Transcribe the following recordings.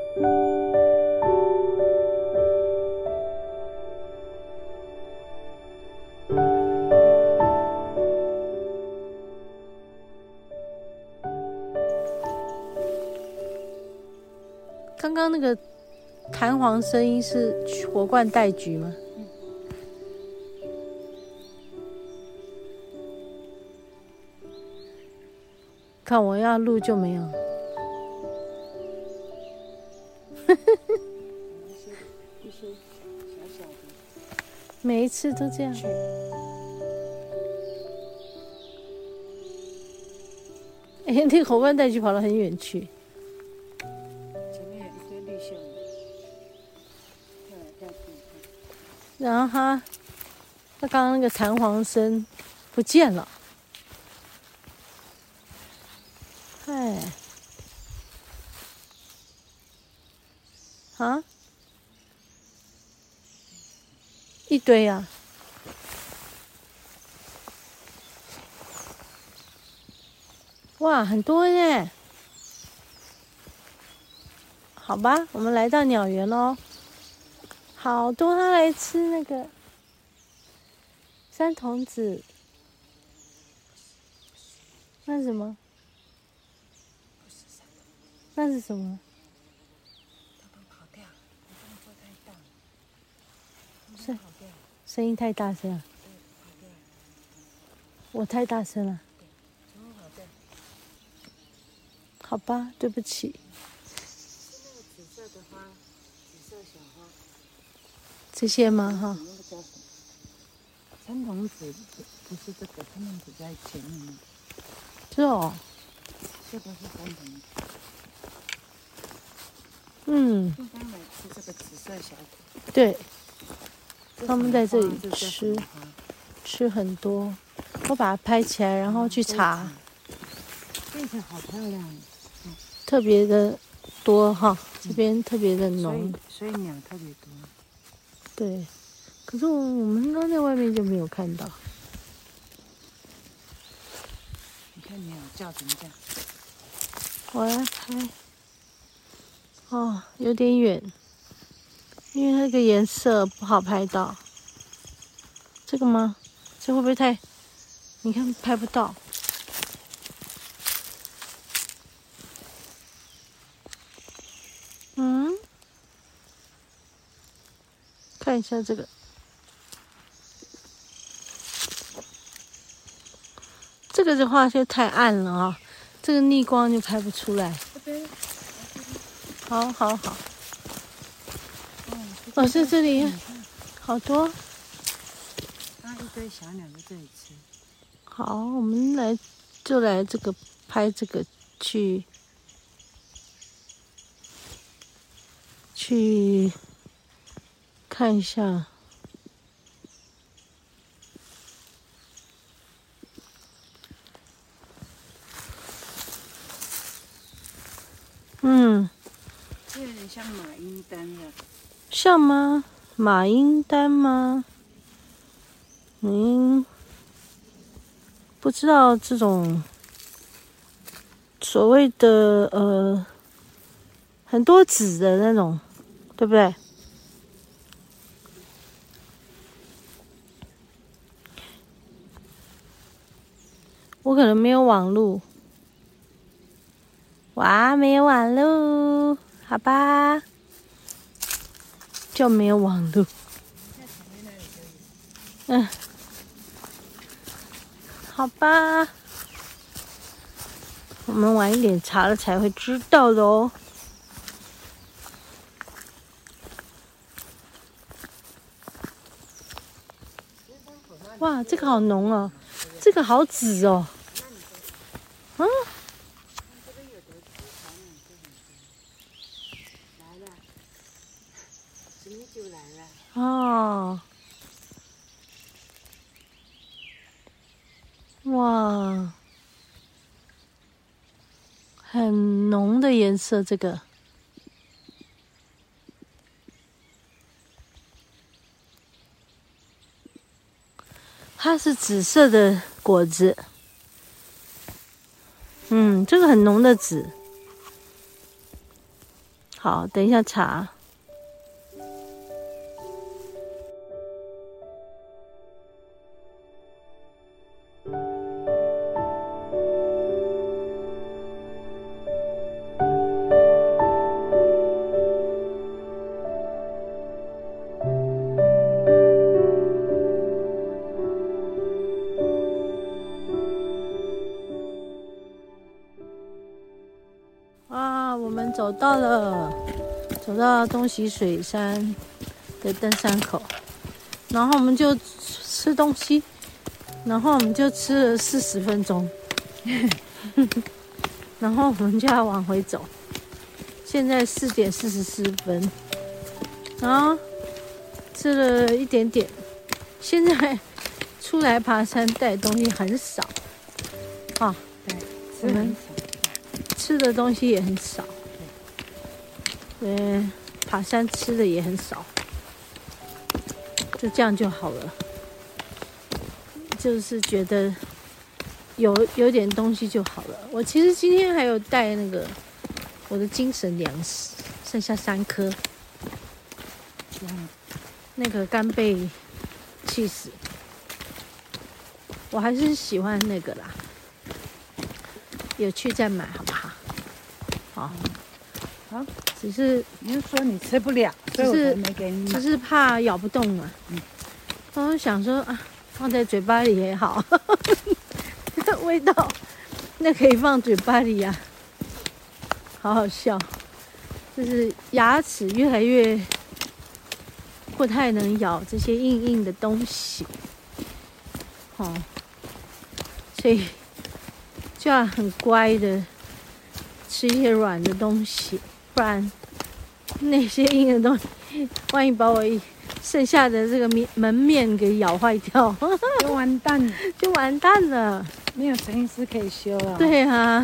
刚刚那个弹簧声音是活冠带菊吗？看我要录就没有。每一次都这样。哎，那个活冠带菊跑得很远去。然后他刚刚那个弹簧声不见了，哎，啊，一堆啊，哇，很多耶！好吧，我们来到鸟园咯。好多他来吃那个山童子，那是什么？那是什么？声音太大声了，我太大声了。好吧，对不起。这些吗？哈。 山童子不是这个，山童子在前面。 是哦。 这个是山童子。 嗯。 刚刚来吃这个紫色小果。 对。他们在这里吃很多。我把它拍起来，然后去查。 这个好漂亮。 特别的多哈，这边特别的浓。 所以鸟特别多。 对，可是我们刚在外面就没有看到。 你看鸟叫成这样。 我来拍。哦，有点远，因为那个颜色不好拍到。这个吗？这会不会太？你看拍不到。嗯。看一下这个，这个的话就太暗了啊，这个逆光就拍不出来。好好好。哦，在这里，好多。 那一堆小鸟在这里吃。 好，我们来这个拍这个去看一下。 这有点像马缨丹的。 像吗？马缨丹吗？不知道这种所谓的很多籽的那种，对不对？我可能没有网路。哇，没有网路，好吧，就没有网路。好吧，我们晚一点查了才会知道的哦。哇，这个好浓哦，这个好紫哦。嗯。哦。哇，很浓的颜色，这个。它是紫色的果子。这个很浓的紫。 好，等一下查。哇，我们走到东洗水山的登山口，然后我们就吃东西，然后我们就吃了40分钟，然后我们就要往回走。现在4点44分，然后吃了一点点。现在出来爬山带的东西很少，啊， 对， 我们吃的东西也很少，对，爬山吃的也很少，就这样就好了。就是觉得有点东西就好了。我其实今天还有带那个我的精神粮食，剩下3颗，那个干贝起司，我还是喜欢那个啦。有去再买好不好？好， 好， 只是你就说你吃不了，所以我才没给你买。 只是怕咬不动嘛。我想说啊，放在嘴巴里也好，味道那可以放嘴巴里呀，好好笑。就是牙齿越来越不太能咬这些硬硬的东西，所以就要很乖的吃一些软的东西，不然那些硬的东西，万一把我剩下的这个门面给咬坏掉， 就完蛋了， 就完蛋了。 没有陈医师可以修了。 对啊，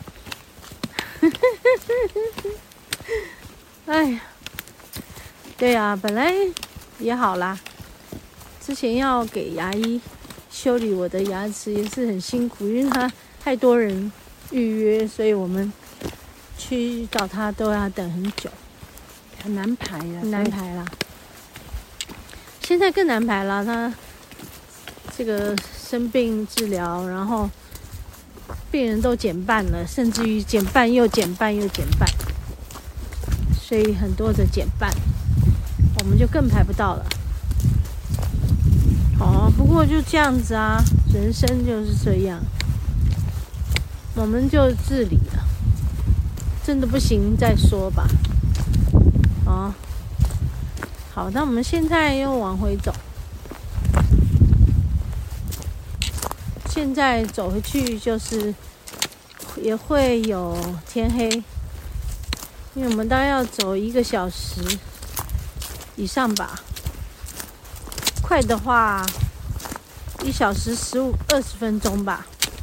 哎呀，对啊，本来也好啦，之前要给牙医修理我的牙齿也是很辛苦，因为他太多人预约，所以我们去找他都要等很久， 很难排呀， 很难排啦。现在更难排了，他这个生病治疗，然后病人都减半了，甚至于减半又减半又减半，所以很多的减半，我们就更排不到了。不过就这样子啊，人生就是这样，我们就自理了，真的不行再说吧。好，那我们现在又往回走。现在走回去就是也会有天黑，因为我们大概要走1个小时以上吧。快的话1小时15、20分钟吧，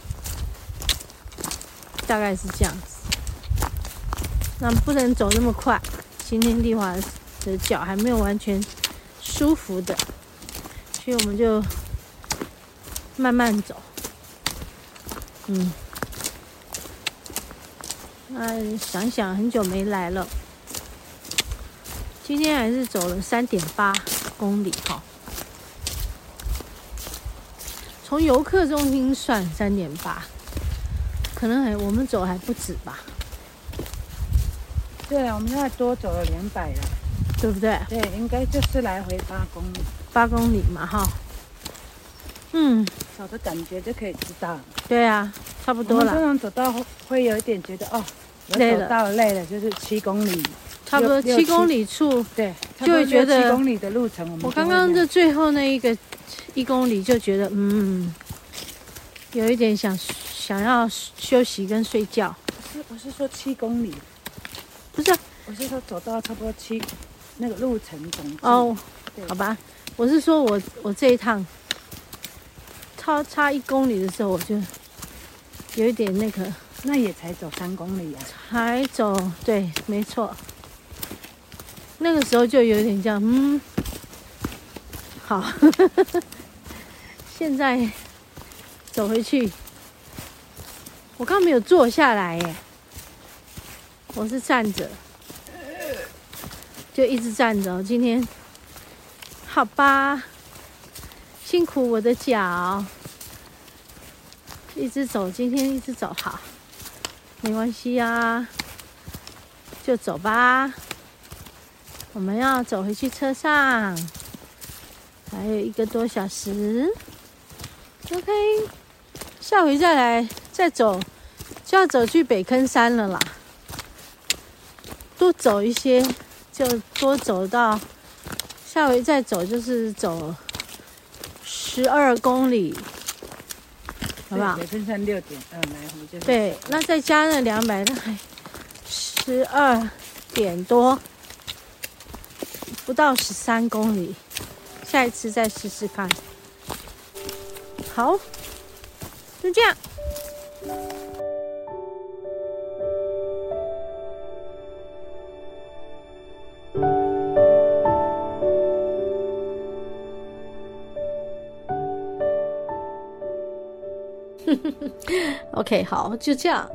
大概是这样子。那不能走那么快，今天丽华的脚还没有完全舒服的，所以我们就慢慢走。想想很久没来了，今天还是走了3.8公里哈。从游客中心算3.8，可能我们走还不止吧？ 对啊，我们现在多走了200了， 对不对？ 对，应该就是来回8公里 ，8公里嘛哈。 走的感觉就可以知道。 对啊，差不多了。 我们通常走到会有一点觉得我走到累了，就是7公里， 差不多7公里处， 对， 就会觉得 7公里的路程， 我刚刚这最后那1公里就觉得有一点想要休息跟睡觉。 我是说7公里， 不是， 我是说走到差不多那个路程总计。 好吧，我是说我这一趟差1公里的时候，我就有一点那个。 那也才走3公里啊。 才走，对，没错。那个时候就有点这样，好，现在走回去，我刚没有坐下来耶，我是站着， 就一直站着。今天好吧，辛苦我的脚，一直走，今天一直走，好，没关系呀，就走吧。我们要走回去车上，还有1个多小时。OK， 下回再来再走，就要走去北坑山了啦。多走一些，就多走到下回再走，就是走12公里，好不好？ 北坑山6.2来回就是。 对，那再加那200，那还12点多，不到13公里。下一次再试试看。好，就这样。OK， 好，就这样。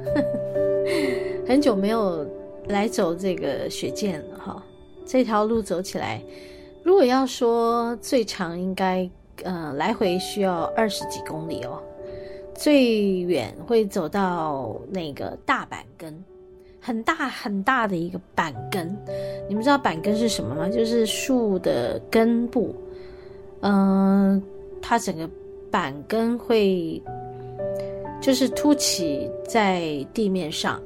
很久没有来走这个雪见了哈，这条路走起来，如果要说最长应该来回需要20几公里哦，最远会走到那个大板根，很大很大的一个板根。你们知道板根是什么吗？就是树的根部，它整个板根会就是凸起在地面上。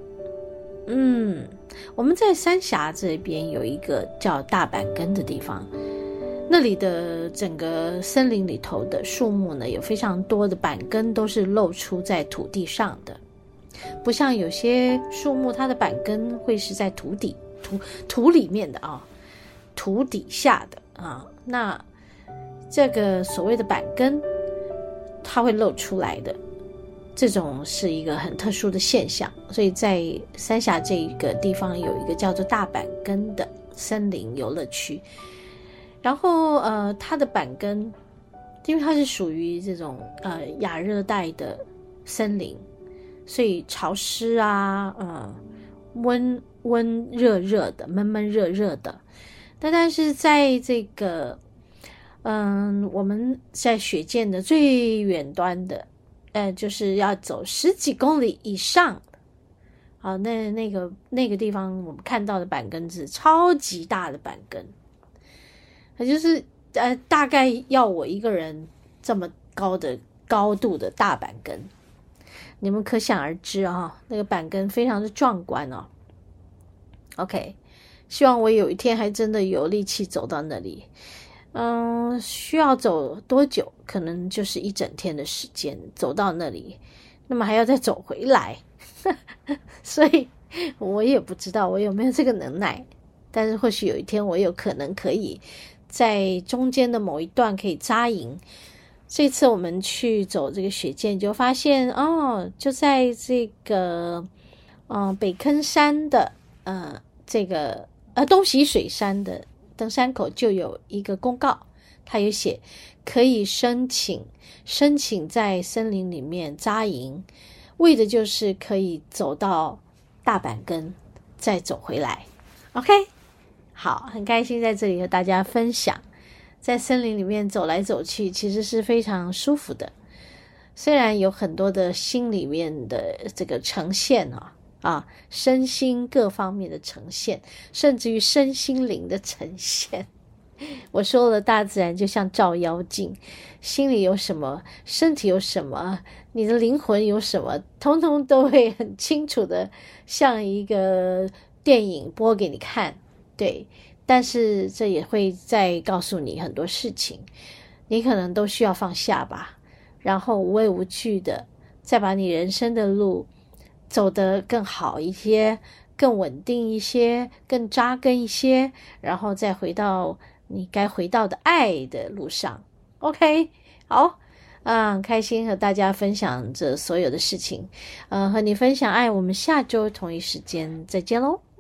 我们在三峡这边有一个叫大板根的地方，那里的整个森林里头的树木呢，有非常多的板根都是露出在土地上的，不像有些树木它的板根会是在土里面的啊，土底下的啊。那这个所谓的板根它会露出来的，这种是一个很特殊的现象，所以在三峡这一个地方有一个叫做大板根的森林游乐区。然后它的板根，因为它是属于这种亚热带的森林，所以潮湿啊，温热热的，闷热热的。但是在这个我们在雪见的最远端的就是要走10几公里以上好，那个地方我们看到的板根是超级大的板根，它就是大概要我一个人这么高度的大板根，你们可想而知啊，那个板根非常的壮观哦。OK， 希望我有一天还真的有力气走到那里。需要走多久？可能就是1整天的时间走到那里，那么还要再走回来，所以我也不知道我有没有这个能耐。但是或许有一天我有可能可以在中间的某一段可以扎营。这次我们去走这个雪见，就发现就在这个北坑山的这个东洗水山的登山口就有一个公告，它有写可以申请在森林里面扎营，为的就是可以走到大板根再走回来。 OK， 好，很开心在这里和大家分享，在森林里面走来走去其实是非常舒服的，虽然有很多的心里面的这个呈现身心各方面的呈现，甚至于身心灵的呈现。我说了，大自然就像照妖镜，心里有什么，身体有什么，你的灵魂有什么，通通都会很清楚的像一个电影播给你看。对，但是这也会再告诉你很多事情，你可能都需要放下吧，然后无畏无惧的再把你人生的路走得更好一些，更稳定一些，更扎根一些，然后再回到你该回到的爱的路上。 OK， 好，很开心和大家分享这所有的事情，和你分享爱。我们下周同一时间再见咯。